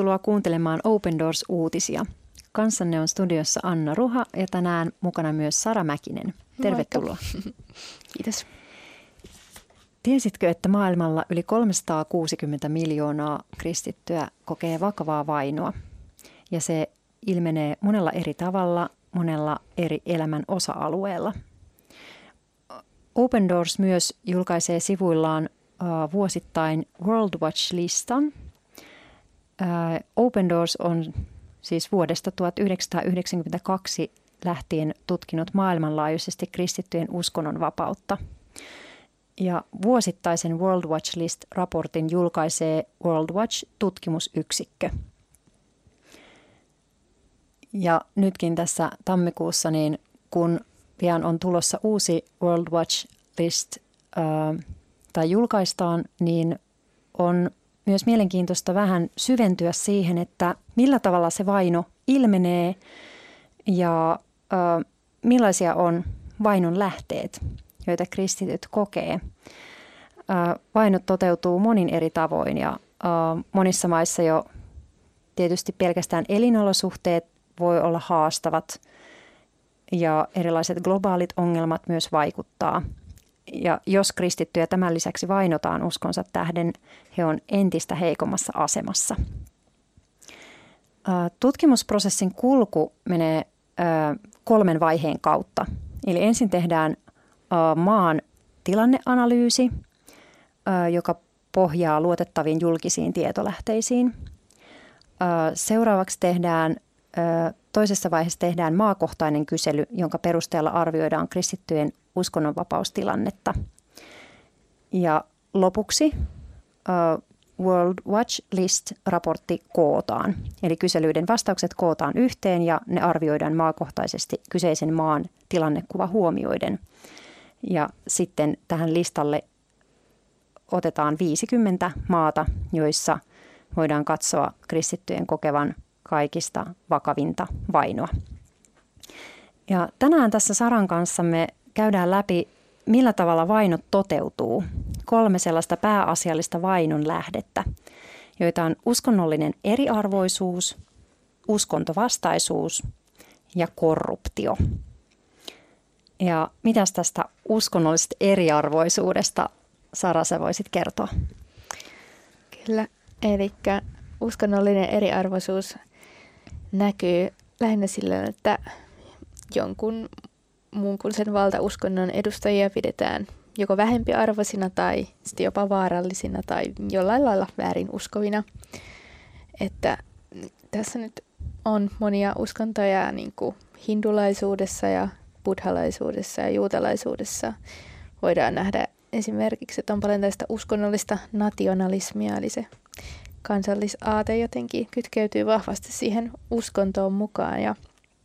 Tervetuloa kuuntelemaan Open Doors-uutisia. Kanssanne on studiossa Anna Ruha ja tänään mukana myös Sara Mäkinen. Tervetuloa. Moikka. Kiitos. Tiesitkö, että maailmalla yli 360 miljoonaa kristittyä kokee vakavaa vainoa? Ja se ilmenee monella eri tavalla, monella eri elämän osa-alueella. Open Doors myös julkaisee sivuillaan vuosittain World Watch-listan. Open Doors on siis vuodesta 1992 lähtien tutkinut maailmanlaajuisesti kristittyjen uskonnonvapautta. Ja vuosittaisen World Watch List-raportin julkaisee World Watch-tutkimusyksikkö. Ja nytkin tässä tammikuussa, niin kun pian on tulossa uusi World Watch List tai julkaistaan, niin on myös mielenkiintoista vähän syventyä siihen, että millä tavalla se vaino ilmenee ja millaisia on vainon lähteet, joita kristityt kokee. Vainot toteutuu monin eri tavoin ja monissa maissa jo tietysti pelkästään elinolosuhteet voi olla haastavat ja erilaiset globaalit ongelmat myös vaikuttaa. Ja jos kristittyjä tämän lisäksi vainotaan uskonsa tähden, he on entistä heikommassa asemassa. Tutkimusprosessin kulku menee 3 vaiheen kautta. Eli ensin tehdään maan tilanneanalyysi, joka pohjaa luotettaviin julkisiin tietolähteisiin. Seuraavaksi toisessa vaiheessa tehdään maakohtainen kysely, jonka perusteella arvioidaan kristittyjen uskonnonvapaustilannetta. Ja lopuksi World Watch List-raportti kootaan. Eli kyselyiden vastaukset kootaan yhteen ja ne arvioidaan maakohtaisesti kyseisen maan tilannekuva huomioiden. Ja sitten tähän listalle otetaan 50 maata, joissa voidaan katsoa kristittyjen kokevan kaikista vakavinta vainoa. Ja tänään tässä Saran kanssa me käydään läpi, millä tavalla vainot toteutuu. 3 sellaista pääasiallista vainon lähdettä, joita on uskonnollinen eriarvoisuus, uskontovastaisuus ja korruptio. Ja mitäs tästä uskonnollisesta eriarvoisuudesta, Sara, sä voisit kertoa? Kyllä, eli uskonnollinen eriarvoisuus näkyy lähinnä sillä, että jonkun muun kuin sen valtauskonnon edustajia pidetään joko vähempiarvoisina tai sitten jopa vaarallisina tai jollain lailla väärin uskovina. Että tässä nyt on monia uskontoja niin kuin hindulaisuudessa ja buddhalaisuudessa ja juutalaisuudessa. Voidaan nähdä esimerkiksi, että on paljon tästä uskonnollista nationalismia, eli se kansallisaate jotenkin kytkeytyy vahvasti siihen uskontoon mukaan ja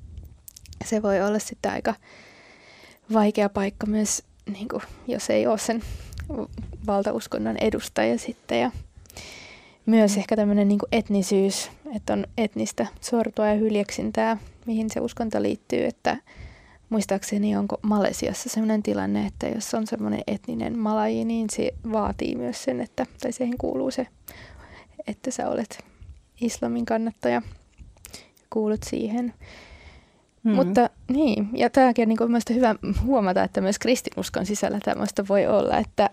se voi olla sitten aika vaikea paikka myös, niin kuin, jos ei ole sen valtauskonnon edustaja sitten. Ja myös ehkä tämmöinen niin kuin etnisyys, että on etnistä sortoa ja hyljeksintää, mihin se uskonto liittyy. Että muistaakseni onko Malesiassa sellainen tilanne, että jos on semmoinen etninen malaji, niin se vaatii myös sen, tai siihen kuuluu se, että sä olet islamin kannattaja, kuulut siihen. Mutta niin, ja tämäkin on niin mielestäni hyvä huomata, että myös kristinuskon sisällä tämmöistä voi olla, että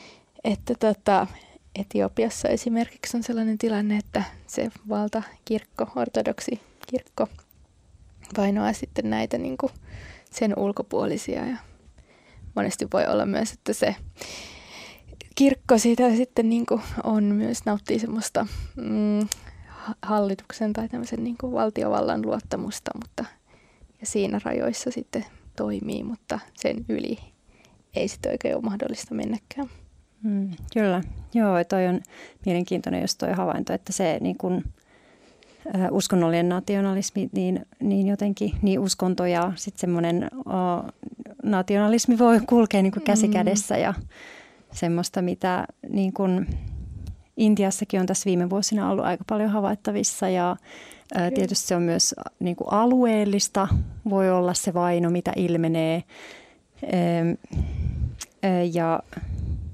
Etiopiassa esimerkiksi on sellainen tilanne, että se valtakirkko, ortodoksi kirkko vainoaa sitten näitä niin kuin sen ulkopuolisia ja monesti voi olla myös, että se kirkko siitä sitten niin kuin on myös nauttii semmoista hallituksen tai tämmöisen niin kuin valtiovallan luottamusta, mutta ja siinä rajoissa sitten toimii, mutta sen yli ei sitten oikein ole mahdollista mennäkään. Kyllä. Joo, toi on mielenkiintoinen just toi havainto, että se niin kun, uskonnollinen nationalismi, niin jotenkin niin uskonto ja sitten semmoinen nationalismi voi kulkea niin kuin käsi kädessä ja semmoista, mitä niin kun Intiassakin on tässä viime vuosina ollut aika paljon havaittavissa ja tietysti se on myös niin kuin alueellista, voi olla se vaino, mitä ilmenee ja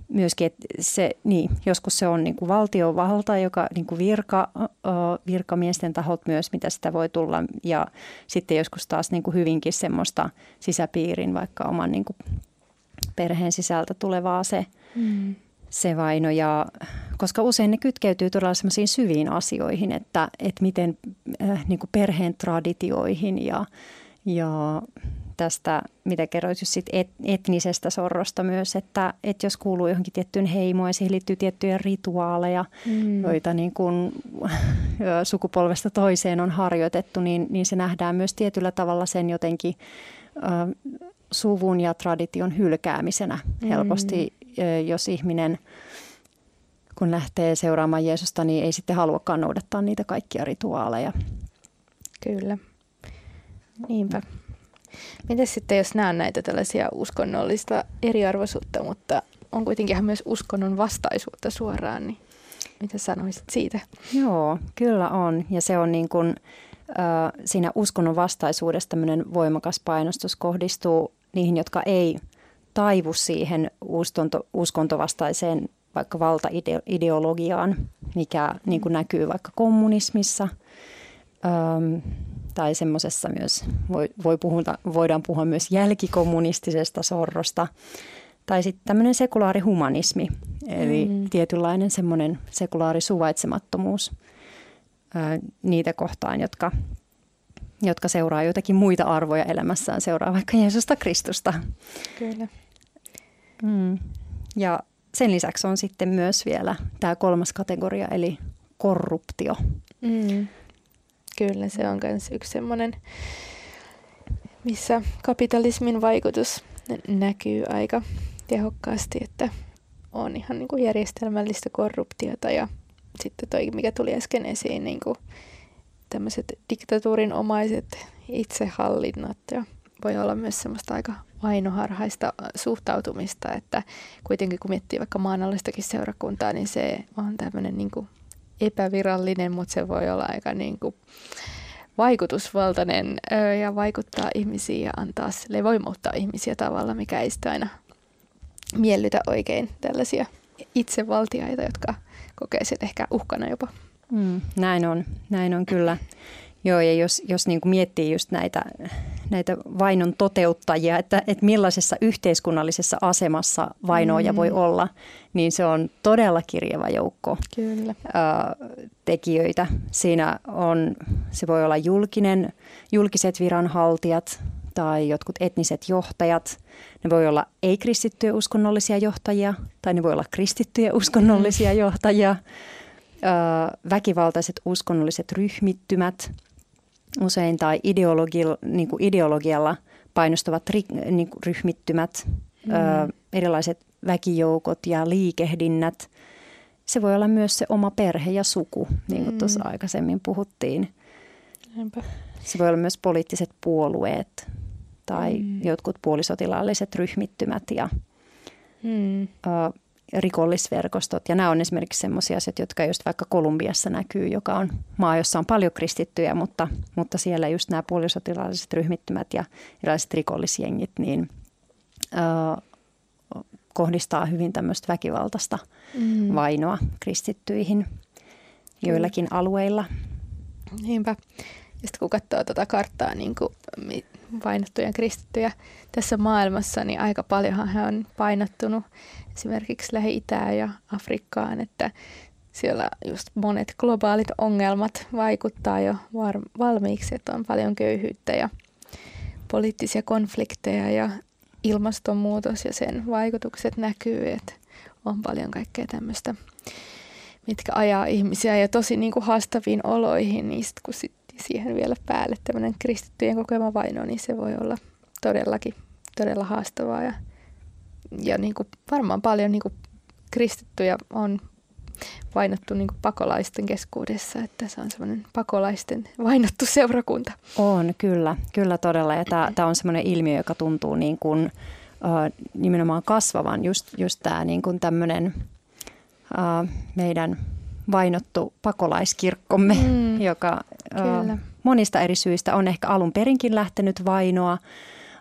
myöskin, että joskus se on niin kuin valtiovalta, joka niin kuin virkamiesten taholta myös, mitä sitä voi tulla. Ja sitten joskus taas niin kuin hyvinkin semmoista sisäpiirin, vaikka oman niin kuin perheen sisältä tulevaa se vaino. Ja, koska usein ne kytkeytyy todella semmoisiin syviin asioihin, että miten niin kuin perheen traditioihin ja tästä, mitä kerroit just sit etnisestä sorrosta myös, että jos kuuluu johonkin tiettyyn heimoon ja siihen liittyy tiettyjä rituaaleja, joita niin kuin sukupolvesta toiseen on harjoitettu, niin se nähdään myös tietyllä tavalla sen jotenkin suvun ja tradition hylkäämisenä helposti, jos ihminen kun lähtee seuraamaan Jeesusta, niin ei sitten haluakaan noudattaa niitä kaikkia rituaaleja. Kyllä, niinpä. Miten sitten, jos nämä on näitä tällaisia uskonnollista eriarvoisuutta, mutta on kuitenkin ihan myös uskonnon vastaisuutta suoraan, niin mitä sanoisit siitä? Joo, kyllä on. Ja se on niin kuin, siinä uskonnon vastaisuudessa tämmöinen voimakas painostus kohdistuu niihin, jotka ei taivu siihen uskontovastaiseen vaikka valtaideologiaan, mikä niin kuin näkyy vaikka kommunismissa. Tai semmoisessa myös voidaan puhua myös jälkikommunistisesta sorrosta. Tai sitten tämmöinen sekulaarihumanismi, eli tietynlainen semmoinen sekulaari suvaitsemattomuus niitä kohtaan, jotka seuraa jotakin muita arvoja elämässään, seuraa vaikka Jeesusta Kristusta. Kyllä. Ja sen lisäksi on sitten myös vielä tämä kolmas kategoria, eli korruptio. Kyllä, se on myös yksi semmoinen, missä kapitalismin vaikutus näkyy aika tehokkaasti, että on ihan niin kuin järjestelmällistä korruptiota ja sitten toi, mikä tuli äsken esiin, niin kuin tämmöiset diktatuurinomaiset itsehallinnot ja voi olla myös semmoista aika vainoharhaista suhtautumista, että kuitenkin kun miettii vaikka maanallistakin seurakuntaa, niin se on tämmöinen niin kuin epävirallinen, mutta se voi olla aika niin kuin vaikutusvaltainen ja vaikuttaa ihmisiin ja antaa sille voimauttaa ihmisiä tavalla, mikä ei sitä aina miellytä oikein tällaisia itsevaltiaita, jotka kokee sen ehkä uhkana jopa. Näin on kyllä. Joo, ja jos niin kuin miettii just näitä vainon toteuttajia, että millaisessa yhteiskunnallisessa asemassa vainoja voi olla, niin se on todella kirjava joukko Kyllä. Tekijöitä. Se voi olla julkiset viranhaltijat tai jotkut etniset johtajat. Ne voi olla ei-kristittyjä uskonnollisia johtajia tai ne voi olla kristittyjä uskonnollisia johtajia. Väkivaltaiset uskonnolliset ryhmittymät usein tai ideologialla painostavat ryhmittymät, erilaiset väkijoukot ja liikehdinnät. Se voi olla myös se oma perhe ja suku, niin kuin tuossa aikaisemmin puhuttiin. Näinpä. Se voi olla myös poliittiset puolueet tai jotkut puolisotilaalliset ryhmittymät ja rikollisverkostot. Ja nämä on esimerkiksi sellaisia asioita, jotka just vaikka Kolumbiassa näkyy, joka on maa, jossa on paljon kristittyjä, mutta siellä just nämä puolisotilaalliset ryhmittymät ja erilaiset rikollisjengit niin kohdistaa hyvin tämmöistä väkivaltaista vainoa kristittyihin joillakin alueilla. Niinpä. Ja sitten kun katsoo tuota karttaa niin kuin vainottuja kristittyjä tässä maailmassa, niin aika paljonhan he on painottunut esimerkiksi Lähi-Itään ja Afrikkaan, että siellä just monet globaalit ongelmat vaikuttaa jo valmiiksi, että on paljon köyhyyttä ja poliittisia konflikteja ja ilmastonmuutos ja sen vaikutukset näkyy, että on paljon kaikkea tämmöistä, mitkä ajaa ihmisiä ja tosi niin kuin haastaviin oloihin, niin sit, kun siihen vielä päälle tämmöinen kristittyjen kokema vaino, niin se voi olla todellakin todella haastavaa. Ja niin kuin varmaan paljon niin kuin kristittyjä on vainottu niin kuin pakolaisten keskuudessa, että se on semmoinen pakolaisten vainottu seurakunta. On, kyllä todella. Ja tämä on semmoinen ilmiö, joka tuntuu niin kuin, nimenomaan kasvavan, just tämä niin kuin tämmöinen meidän vainottu pakolaiskirkkomme, joka monista eri syistä on ehkä alun perinkin lähtenyt vainoa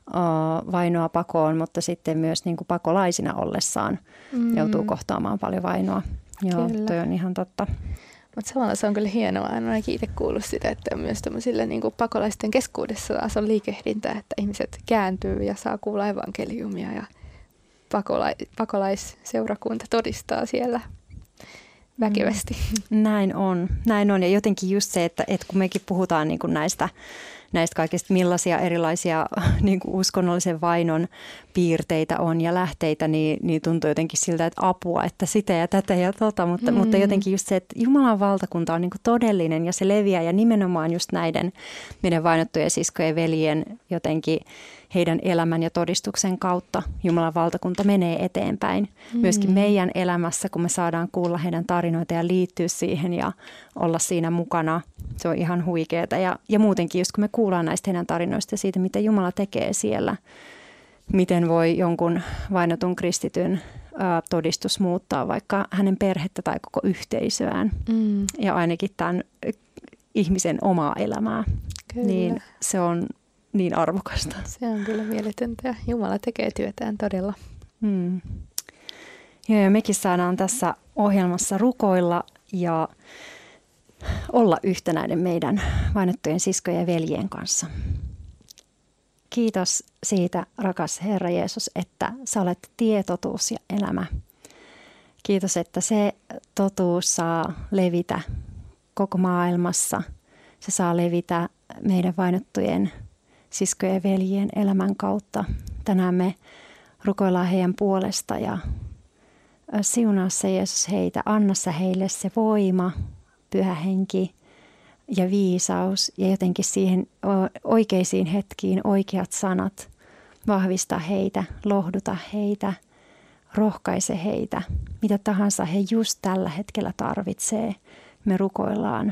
vainoa pakoon, mutta sitten myös niin kuin pakolaisina ollessaan joutuu kohtaamaan paljon vainoa. Joo, toi on ihan totta. Mutta samalla se on kyllä hienoa. En ole itse kuullut sitä, että myös tämmöisillä niin kuin pakolaisten keskuudessa taas on liikehdintä, että ihmiset kääntyy ja saa kuulla evankeliumia ja pakolaisseurakunta todistaa siellä väkevästi. Näin on. Ja jotenkin just se, että kun mekin puhutaan niin kuin näistä kaikista, millaisia erilaisia niin kuin uskonnollisen vainon piirteitä on ja lähteitä, niin tuntuu jotenkin siltä, että apua, että sitä ja tätä ja mutta jotenkin just se, että Jumalan valtakunta on niin kuin todellinen ja se leviää ja nimenomaan just näiden meidän vainottujen siskojen veljien jotenkin heidän elämän ja todistuksen kautta Jumalan valtakunta menee eteenpäin. Myöskin meidän elämässä, kun me saadaan kuulla heidän tarinoita ja liittyä siihen ja olla siinä mukana. Se on ihan huikeeta. Ja muutenkin just kun me kuullaan näistä heidän tarinoista ja siitä, mitä Jumala tekee siellä, miten voi jonkun vainotun kristityn todistus muuttaa vaikka hänen perhettä tai koko yhteisöään. Ja ainakin tämän ihmisen omaa elämää. Kyllä. Niin se on niin arvokasta. Se on kyllä mieletöntä. Jumala tekee työtään todella. Joo, ja mekin saadaan tässä ohjelmassa rukoilla ja olla yhtä näiden meidän vainottujen siskojen ja veljien kanssa. Kiitos siitä, rakas Herra Jeesus, että sä olet tie, totuus ja elämä. Kiitos, että se totuus saa levitä koko maailmassa. Se saa levitä meidän vainottujen siskojen ja veljien elämän kautta. Tänään me rukoillaan heidän puolesta ja siunaa se Jeesus heitä. Anna sä heille se voima, Pyhä Henki ja viisaus ja jotenkin siihen oikeisiin hetkiin oikeat sanat. Vahvista heitä, lohduta heitä, rohkaise heitä. Mitä tahansa he just tällä hetkellä tarvitsee. Me rukoillaan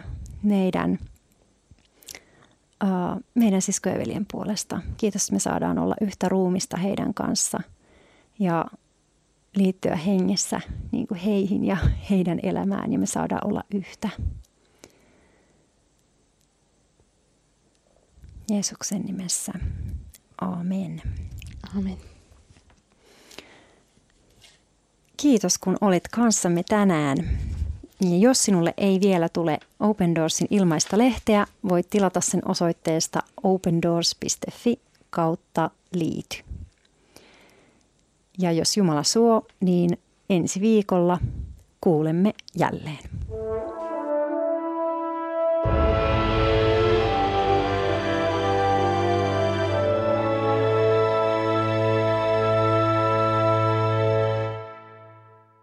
meidän siskojen ja veljen puolesta. Kiitos, että me saadaan olla yhtä ruumista heidän kanssa ja liittyä hengessä niin kuin heihin ja heidän elämään ja me saadaan olla yhtä. Jeesuksen nimessä. Aamen. Amen. Kiitos, kun olit kanssamme tänään. Ja jos sinulle ei vielä tule Open Doorsin ilmaista lehteä, voit tilata sen osoitteesta opendoors.fi/liity. Ja jos Jumala suo, niin ensi viikolla kuulemme jälleen.